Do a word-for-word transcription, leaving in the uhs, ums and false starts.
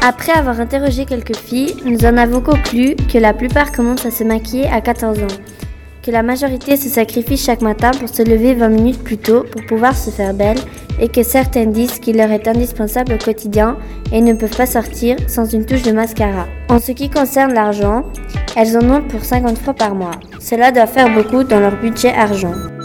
Après avoir interrogé quelques filles, nous en avons conclu que la plupart commencent à se maquiller à quatorze ans, que la majorité se sacrifie chaque matin pour se lever vingt minutes plus tôt pour pouvoir se faire belle et que certaines disent qu'il leur est indispensable au quotidien et ne peuvent pas sortir sans une touche de mascara. En ce qui concerne l'argent, elles en ont pour cinquante francs par mois. Cela doit faire beaucoup dans leur budget argent.